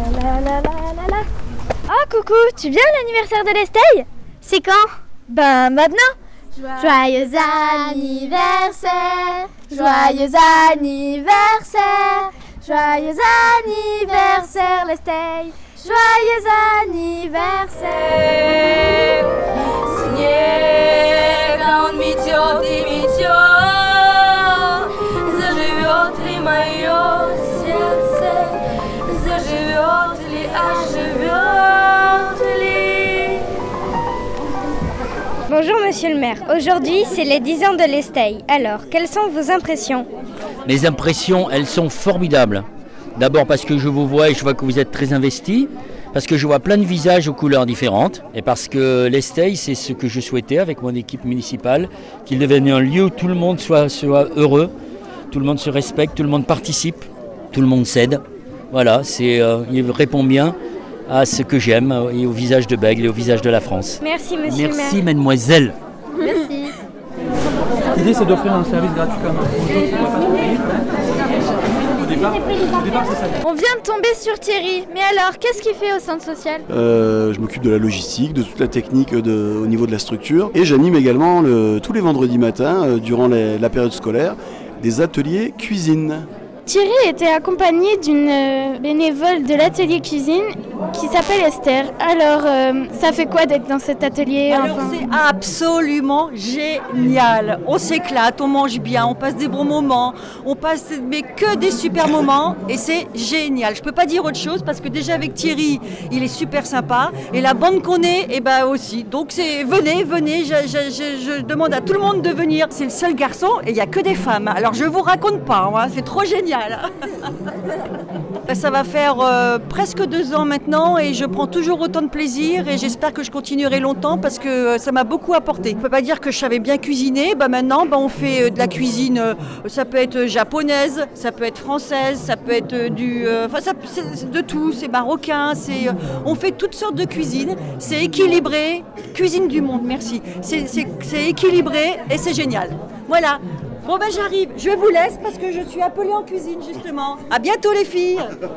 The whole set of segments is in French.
La, la, la, la, la. Oh coucou, tu viens à l'anniversaire de l'Estelle? C'est quand? Ben maintenant. Joyeux anniversaire, joyeux anniversaire, joyeux anniversaire l'Estelle, joyeux anniversaire. Снег, он метет и метет, заживет ли мое сердце, заживет ли, оживет ли. Bonjour Monsieur le maire, aujourd'hui c'est les 10 ans de l'Estelle. Alors, quelles sont vos impressions? Les impressions, elles sont formidables. D'abord parce que je vous vois et je vois que vous êtes très investis, parce que je vois plein de visages aux couleurs différentes, et parce que l'Estelle, c'est ce que je souhaitais avec mon équipe municipale, qu'il devienne un lieu où tout le monde soit heureux, tout le monde se respecte, tout le monde participe, tout le monde s'aide. Voilà, il répond bien à ce que j'aime, et au visage de Bègle et au visage de la France. Merci Monsieur le maire. Merci mademoiselle. Merci. L'idée c'est d'offrir un service gratuit comme au départ, c'est ça. On vient de tomber sur Thierry, mais alors qu'est-ce qu'il fait au centre social? Je m'occupe de la logistique, de toute la technique au niveau de la structure, et j'anime également tous les vendredis matins, durant la période scolaire, des ateliers cuisine. Thierry était accompagné d'une bénévole de l'atelier cuisine qui s'appelle Esther. Alors, ça fait quoi d'être dans cet atelier? Alors c'est absolument génial. On s'éclate, on mange bien, on passe des bons moments, on passe mais que des super moments et c'est génial. Je peux pas dire autre chose parce que déjà avec Thierry, il est super sympa et la bande qu'on est, et ben aussi. Donc venez, je demande à tout le monde de venir. C'est le seul garçon et il y a que des femmes. Alors je vous raconte pas, hein, c'est trop génial. Ça va faire presque 2 ans maintenant et je prends toujours autant de plaisir et j'espère que je continuerai longtemps parce que ça m'a beaucoup apporté. Je ne peux pas dire que je savais bien cuisiner, maintenant on fait de la cuisine, ça peut être japonaise, ça peut être française, ça peut être c'est de tout, c'est marocain, on fait toutes sortes de cuisines, c'est équilibré, cuisine du monde, merci, c'est équilibré et c'est génial. Voilà. Bon j'arrive, je vous laisse parce que je suis appelée en cuisine justement. À bientôt les filles.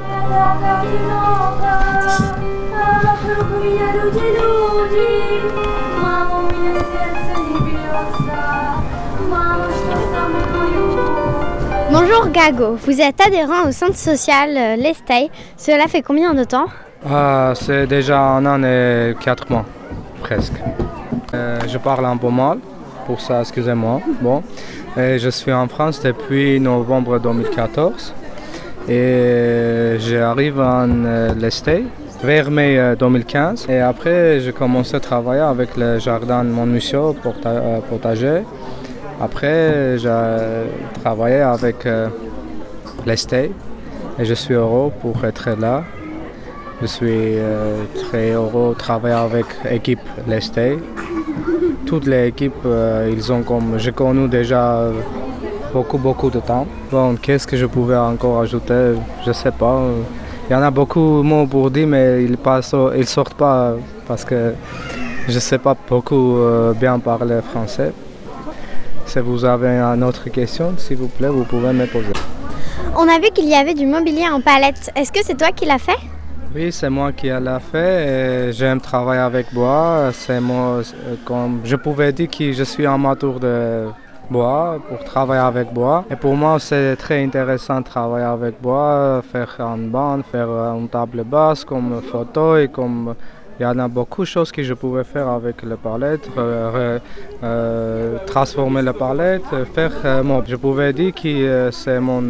Bonjour Gago, vous êtes adhérent au centre social l'Estelle. Cela fait combien de temps? C'est déjà 1 an et 4 mois, presque. Je parle un peu mal, pour ça excusez-moi. Bon. Et je suis en France depuis novembre 2014 et j'arrive en l'Estelle vers mai 2015 et après j'ai commencé à travailler avec le jardin de mon monsieur potager. Après j'ai travaillé avec l'Estelle et je suis heureux pour être là. Je suis très heureux de travailler avec l'équipe l'Estelle. Toutes les équipes, j'ai connu déjà beaucoup de temps. Bon, qu'est-ce que je pouvais encore ajouter? Je ne sais pas. Il y en a beaucoup de mots pour dire, mais ils ne sortent pas parce que je ne sais pas beaucoup bien parler français. Si vous avez une autre question, s'il vous plaît, vous pouvez me poser. On a vu qu'il y avait du mobilier en palette. Est-ce que c'est toi qui l'as fait? Oui, c'est moi qui l'ai fait. J'aime travailler avec bois. C'est moi, comme je pouvais dire que je suis amateur de bois pour travailler avec bois. Et pour moi, c'est très intéressant de travailler avec bois, faire une bande, faire une table basse comme fauteuil, comme il y en a beaucoup de choses que je pouvais faire avec la palette, transformer la palette, faire je pouvais dire que c'est mon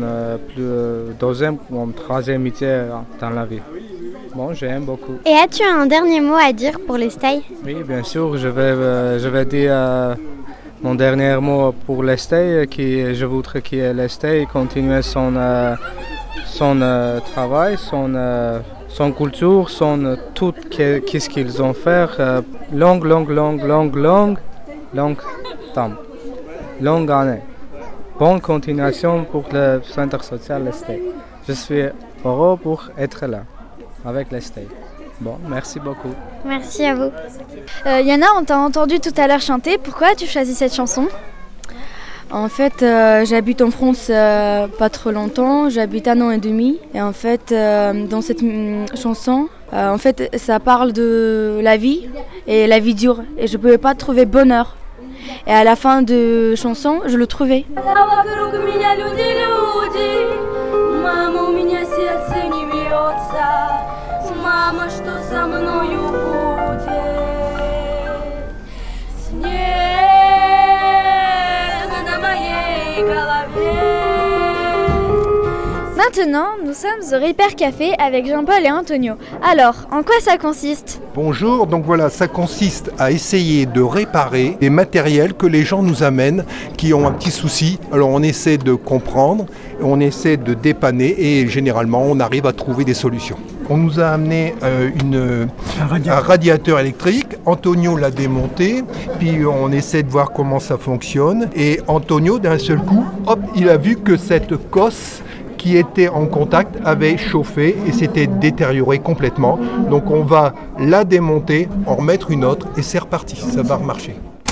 troisième métier dans la vie. Bon, j'aime beaucoup. Et as-tu un dernier mot à dire pour l'Estelle? Oui, bien sûr, je vais dire mon dernier mot pour l'Estelle, que je voudrais que l'Estelle continue son travail, son culture, tout ce qu'ils ont fait, longue année. Bonne continuation pour le centre social l'Estelle. Je suis heureux pour être là avec l'Estelle. Bon, merci beaucoup. Merci à vous. Yana, on t'a entendu tout à l'heure chanter. Pourquoi as-tu choisi cette chanson? En fait, j'habite en France pas trop longtemps, j'habite 1 an et demi. Et en fait, dans cette chanson, en fait, ça parle de la vie et la vie dure. Et je ne pouvais pas trouver bonheur. Et à la fin de chanson, je le trouvais. Maintenant, nous sommes au Repair Café avec Jean-Paul et Antonio. Alors, en quoi ça consiste ? Bonjour, donc voilà, ça consiste à essayer de réparer des matériels que les gens nous amènent qui ont un petit souci. Alors on essaie de comprendre, on essaie de dépanner et généralement on arrive à trouver des solutions. On nous a amené un radiateur électrique, Antonio l'a démonté, puis on essaie de voir comment ça fonctionne. Et Antonio, d'un seul coup, hop, il a vu que cette cosse qui était en contact avait chauffé et s'était détérioré complètement. Donc on va la démonter, en remettre une autre et c'est reparti, ça va remarcher.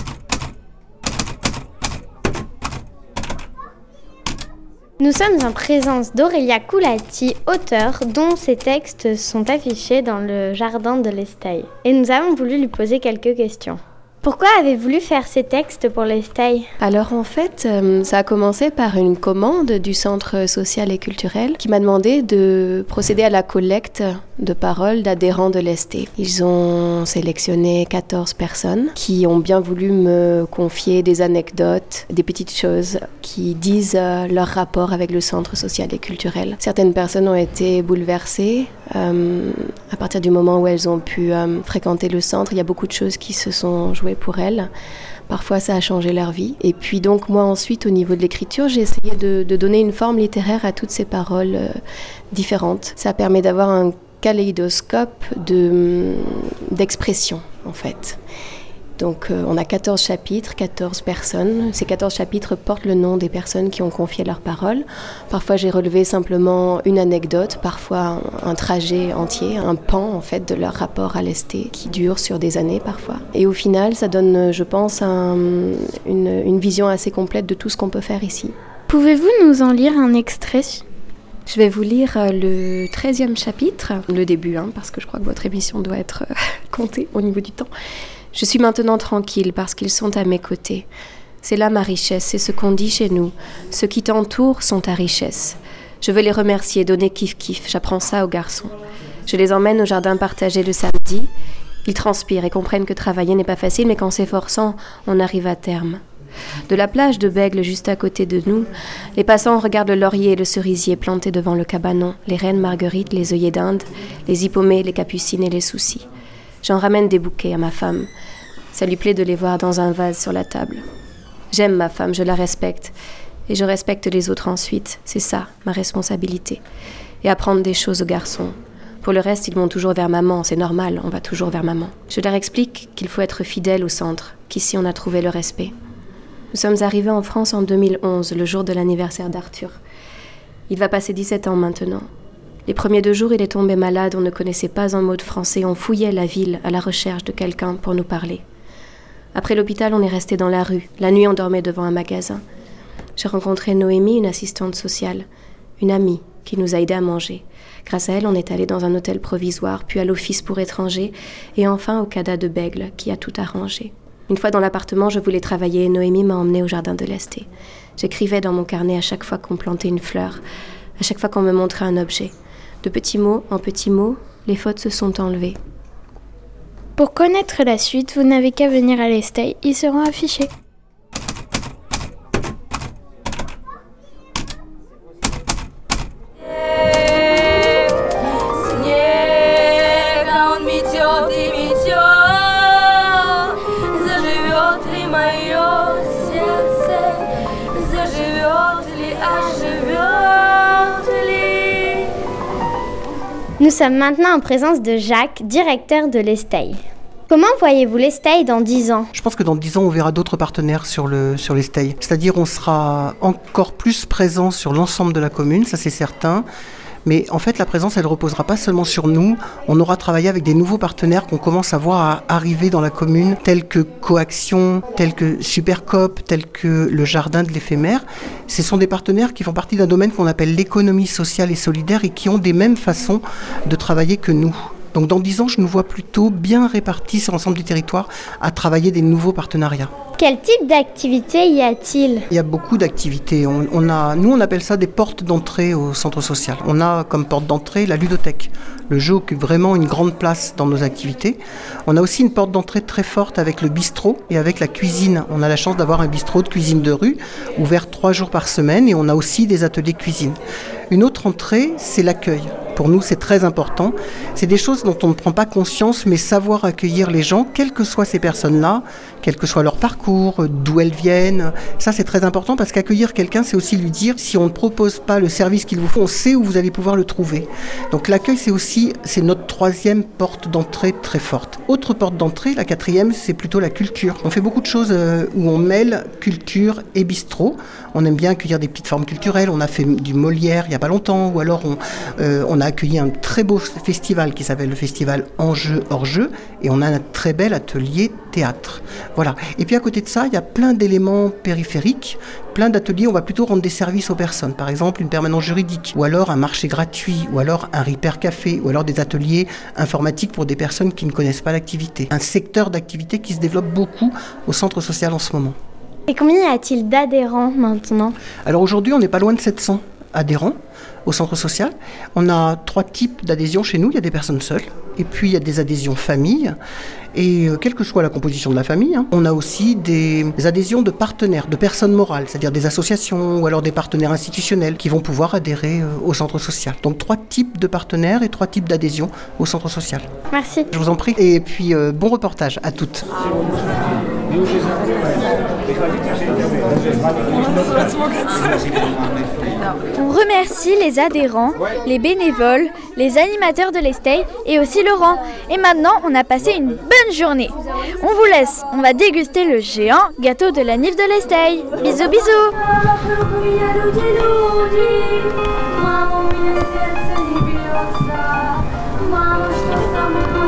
Nous sommes en présence d'Aurélia Coulati, auteure, dont ces textes sont affichés dans le jardin de l'Estaille. Et nous avons voulu lui poser quelques questions. Pourquoi avez-vous voulu faire ces textes pour l'Estaille ? Alors en fait, ça a commencé par une commande du Centre social et culturel qui m'a demandé de procéder à la collecte de paroles d'adhérents de l'Estaille. Ils ont sélectionné 14 personnes qui ont bien voulu me confier des anecdotes, des petites choses qui disent leur rapport avec le Centre social et culturel. Certaines personnes ont été bouleversées à partir du moment où elles ont pu fréquenter le centre. Il y a beaucoup de choses qui se sont jouées pour elles. Parfois, ça a changé leur vie. Et puis donc, moi, ensuite, au niveau de l'écriture, j'ai essayé de donner une forme littéraire à toutes ces paroles différentes. Ça permet d'avoir un kaléidoscope d'expression, en fait. Donc, on a 14 chapitres, 14 personnes. Ces 14 chapitres portent le nom des personnes qui ont confié leurs paroles. Parfois, j'ai relevé simplement une anecdote, parfois un trajet entier, un pan, en fait, de leur rapport à l'Estaille, qui dure sur des années, parfois. Et au final, ça donne, je pense, une vision assez complète de tout ce qu'on peut faire ici. Pouvez-vous nous en lire un extrait ? Je vais vous lire le 13e chapitre, le début, parce que je crois que votre émission doit être comptée au niveau du temps. Je suis maintenant tranquille parce qu'ils sont à mes côtés. C'est là ma richesse, c'est ce qu'on dit chez nous. Ceux qui t'entourent sont ta richesse. Je veux les remercier, donner kiff-kiff, j'apprends ça aux garçons. Je les emmène au jardin partagé le samedi. Ils transpirent et comprennent que travailler n'est pas facile, mais qu'en s'efforçant, on arrive à terme. De la plage de Bègle juste à côté de nous, les passants regardent le laurier et le cerisier plantés devant le cabanon, les reines marguerites, les œillets d'Inde, les hippomées, les capucines et les soucis. J'en ramène des bouquets à ma femme. Ça lui plaît de les voir dans un vase sur la table. J'aime ma femme, je la respecte. Et je respecte les autres ensuite. C'est ça, ma responsabilité. Et apprendre des choses aux garçons. Pour le reste, ils vont toujours vers maman. C'est normal, on va toujours vers maman. Je leur explique qu'il faut être fidèle au centre, qu'ici on a trouvé le respect. Nous sommes arrivés en France en 2011, le jour de l'anniversaire d'Arthur. Il va passer 17 ans maintenant. Les premiers 2 jours, il est tombé malade, on ne connaissait pas un mot de français, on fouillait la ville à la recherche de quelqu'un pour nous parler. Après l'hôpital, on est resté dans la rue. La nuit, on dormait devant un magasin. J'ai rencontré Noémie, une assistante sociale, une amie qui nous a aidés à manger. Grâce à elle, on est allé dans un hôtel provisoire, puis à l'office pour étrangers, et enfin au CADA de Bègle, qui a tout arrangé. Une fois dans l'appartement, je voulais travailler et Noémie m'a emmenée au jardin de l'Estaille. J'écrivais dans mon carnet à chaque fois qu'on plantait une fleur, à chaque fois qu'on me montrait un objet. De petits mots en petits mots, les fautes se sont enlevées. Pour connaître la suite, vous n'avez qu'à venir à l'Estaille, ils seront affichés. Nous sommes maintenant en présence de Jacques, directeur de l'Estaille. Comment voyez-vous l'Estaille dans 10 ans ? Je pense que dans 10 ans, on verra d'autres partenaires sur l'Estaille. C'est-à-dire on sera encore plus présent sur l'ensemble de la commune, ça c'est certain. Mais en fait, la présence, elle ne reposera pas seulement sur nous. On aura travaillé avec des nouveaux partenaires qu'on commence à voir arriver dans la commune, tels que Coaction, tels que Supercoop, tels que le Jardin de l'Éphémère. Ce sont des partenaires qui font partie d'un domaine qu'on appelle l'économie sociale et solidaire et qui ont des mêmes façons de travailler que nous. Donc dans 10 ans, je nous vois plutôt bien répartis sur l'ensemble du territoire à travailler des nouveaux partenariats. Quel type d'activité y a-t-il ? Il y a beaucoup d'activités. Nous, on appelle ça des portes d'entrée au centre social. On a comme porte d'entrée la ludothèque. Le jeu occupe vraiment une grande place dans nos activités. On a aussi une porte d'entrée très forte avec le bistrot et avec la cuisine. On a la chance d'avoir un bistrot de cuisine de rue, ouvert 3 jours par semaine, et on a aussi des ateliers cuisine. Une autre entrée, c'est l'accueil. Pour nous, c'est très important. C'est des choses dont on ne prend pas conscience, mais savoir accueillir les gens, quelles que soient ces personnes-là, quel que soit leur parcours, d'où elles viennent. Ça, c'est très important parce qu'accueillir quelqu'un, c'est aussi lui dire, si on ne propose pas le service qu'il vous faut, on sait où vous allez pouvoir le trouver. Donc l'accueil, c'est notre 3e porte d'entrée très forte. Autre porte d'entrée, la 4e, c'est plutôt la culture. On fait beaucoup de choses où on mêle culture et bistrot. On aime bien accueillir des petites formes culturelles. On a fait du Molière il n'y a pas longtemps, ou alors on a accueilli un très beau festival qui s'appelle le festival Enjeu hors jeu, et on a un très bel atelier théâtre. Voilà. Et puis à côté de ça, il y a plein d'éléments périphériques, plein d'ateliers où on va plutôt rendre des services aux personnes. Par exemple, une permanence juridique, ou alors un marché gratuit, ou alors un Repair Café, ou alors des ateliers informatiques pour des personnes qui ne connaissent pas l'activité. Un secteur d'activité qui se développe beaucoup au centre social en ce moment. Et combien y a-t-il d'adhérents maintenant ? Alors aujourd'hui, on n'est pas loin de 700 adhérents au centre social. On a 3 types d'adhésions chez nous. Il y a des personnes seules, et puis il y a des adhésions famille, et quelle que soit la composition de la famille, on a aussi des adhésions de partenaires, de personnes morales, c'est-à-dire des associations ou alors des partenaires institutionnels qui vont pouvoir adhérer au centre social. Donc 3 types de partenaires et 3 types d'adhésions au centre social. Merci. Je vous en prie. Et puis bon reportage à toutes. On remercie les adhérents, les bénévoles, les animateurs de l'Estey et aussi Laurent. Et maintenant, on a passé une bonne journée. On vous laisse, on va déguster le géant gâteau de la Nif de l'Estey. Bisous, bisous. Мама, у меня сердце не бьется. Мама, что со мной?